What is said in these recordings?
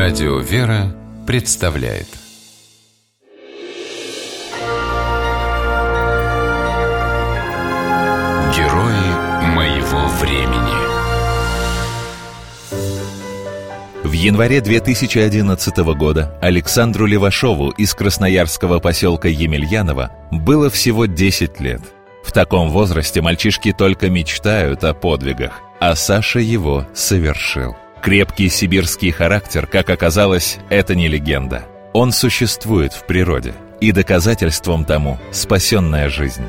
Радио «Вера» представляет Герои моего времени. В январе 2011 года Александру Левашову из красноярского поселка Емельяново было всего 10 лет. В таком возрасте мальчишки только мечтают о подвигах, а Саша его совершил. Крепкий сибирский характер, как оказалось, это не легенда. Он существует в природе, и доказательством тому спасенная жизнь.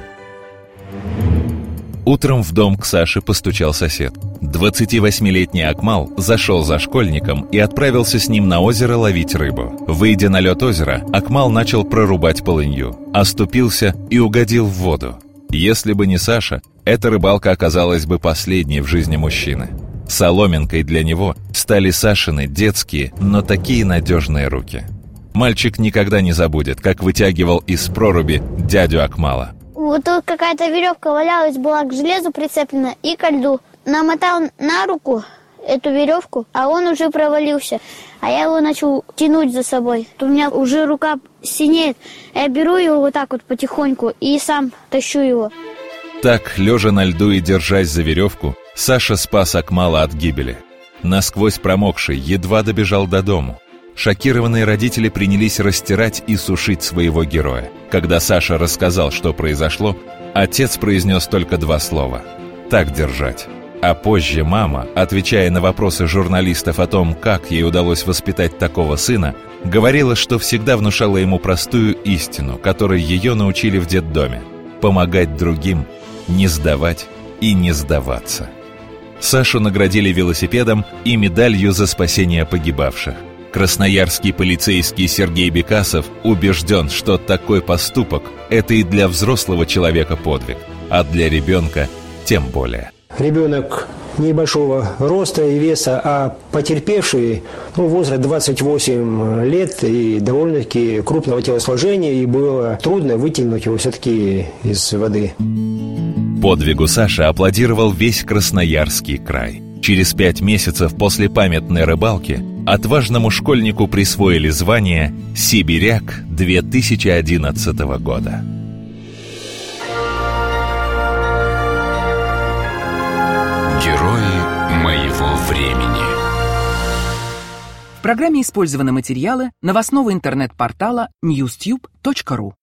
Утром в дом к Саше постучал сосед. 28-летний Акмал зашел за школьником и отправился с ним на озеро ловить рыбу. Выйдя на лед озера, Акмал начал прорубать полынью, оступился и угодил в воду. Если бы не Саша, эта рыбалка оказалась бы последней в жизни мужчины. Соломинкой для него стали Сашины детские, но такие надежные руки. Мальчик никогда не забудет, как вытягивал из проруби дядю Акмала. Вот тут какая-то веревка валялась, была к железу прицеплена и ко льду. Намотал на руку эту веревку, а он уже провалился. А я его начал тянуть за собой. У меня уже рука синеет. Я беру его вот так вот потихоньку и сам тащу его. Так, лежа на льду и держась за веревку, Саша спас Акмала от гибели. Насквозь промокший, едва добежал до дому. Шокированные родители принялись растирать и сушить своего героя. Когда Саша рассказал, что произошло, отец произнес только 2 слова: «Так держать». А позже мама, отвечая на вопросы журналистов о том, как ей удалось воспитать такого сына, говорила, что всегда внушала ему простую истину, которой ее научили в детдоме: помогать другим, не сдавать и не сдаваться. Сашу наградили велосипедом и медалью за спасение погибавших. Красноярский полицейский Сергей Бекасов убежден, что такой поступок – это и для взрослого человека подвиг, а для ребенка тем более. Ребенок небольшого роста и веса, а потерпевший возраст 28 лет и довольно-таки крупного телосложения, и было трудно вытянуть его все-таки из воды. Подвигу Саши аплодировал весь Красноярский край. Через 5 месяцев после памятной рыбалки отважному школьнику присвоили звание «Сибиряк 2011 года». Герои моего времени. В программе использованы материалы новостного интернет-портала newstube.ru.